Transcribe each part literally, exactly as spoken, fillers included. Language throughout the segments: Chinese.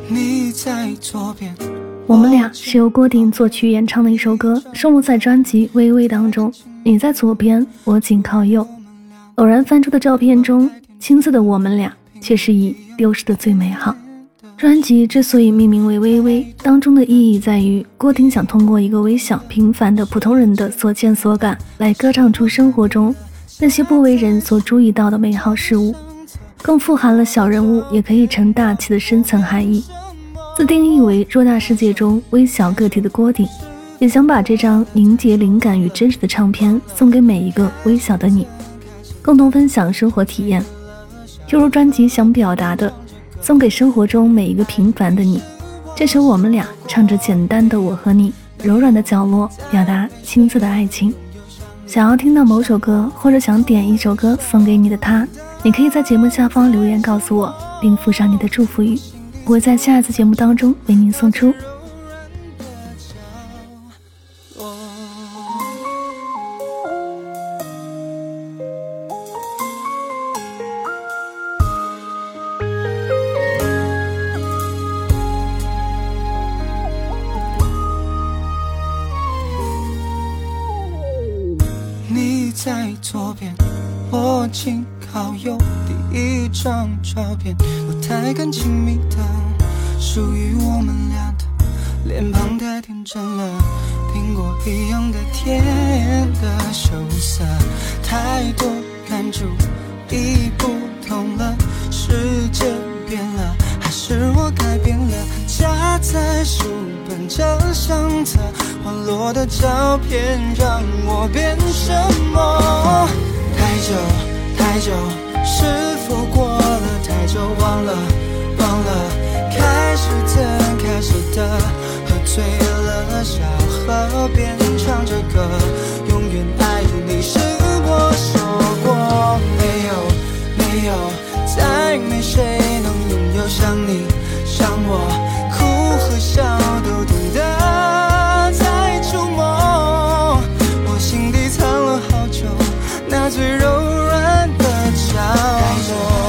你在左边。 我们俩是由郭顶作曲演唱的一首歌，收录在专辑《微微》当中。你在左边，我紧靠右。偶然翻出的照片中，青涩的我们俩却是以丢失的最美好。专辑之所以命名为《微微》，当中的意义在于郭顶想通过一个微小平凡的普通人的所见所感，来歌唱出生活中那些不为人所注意到的美好事物，更富含了小人物也可以成大器的深层含义。自定义为偌大世界中微小个体的郭顶，也想把这张凝结灵感与真实的唱片送给每一个微小的你，共同分享生活体验。就如专辑想表达的，送给生活中每一个平凡的你。这首我们俩唱着简单的我和你，柔软的角落表达青涩的爱情。想要听到某首歌，或者想点一首歌送给你的他，你可以在节目下方留言告诉我，并附上你的祝福语，我会在下一次节目当中为您送出。 你在左边，我紧靠右。第一张照片不太敢亲密的，属于我们俩的，脸庞太天真了，苹果一样的甜的羞涩，太多感触已不同了，时间变了，还是我改变了？夹在书本这相册，滑落的照片让我变什么？太久太久，是否过了太久？忘了忘了，开始的开始的，喝醉了小河边唱着歌，永远爱你是我说过。没有没有，再没谁能拥有像你像我，哭和笑都懂得在触摸，我心底藏了好久那最柔软的角落。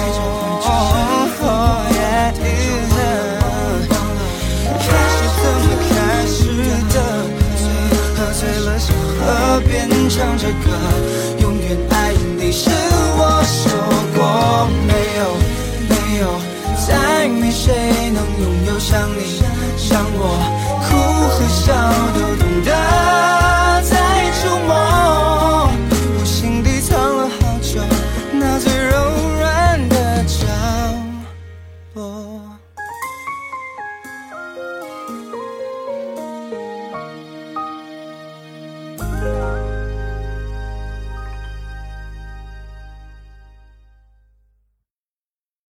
开始的没开始的，喝醉了小河边唱着歌，永远爱你是我说过。没有没有，再没谁能拥有像你像我，哭和笑都懂得在触摸，我心底藏了好久那最柔软的角落。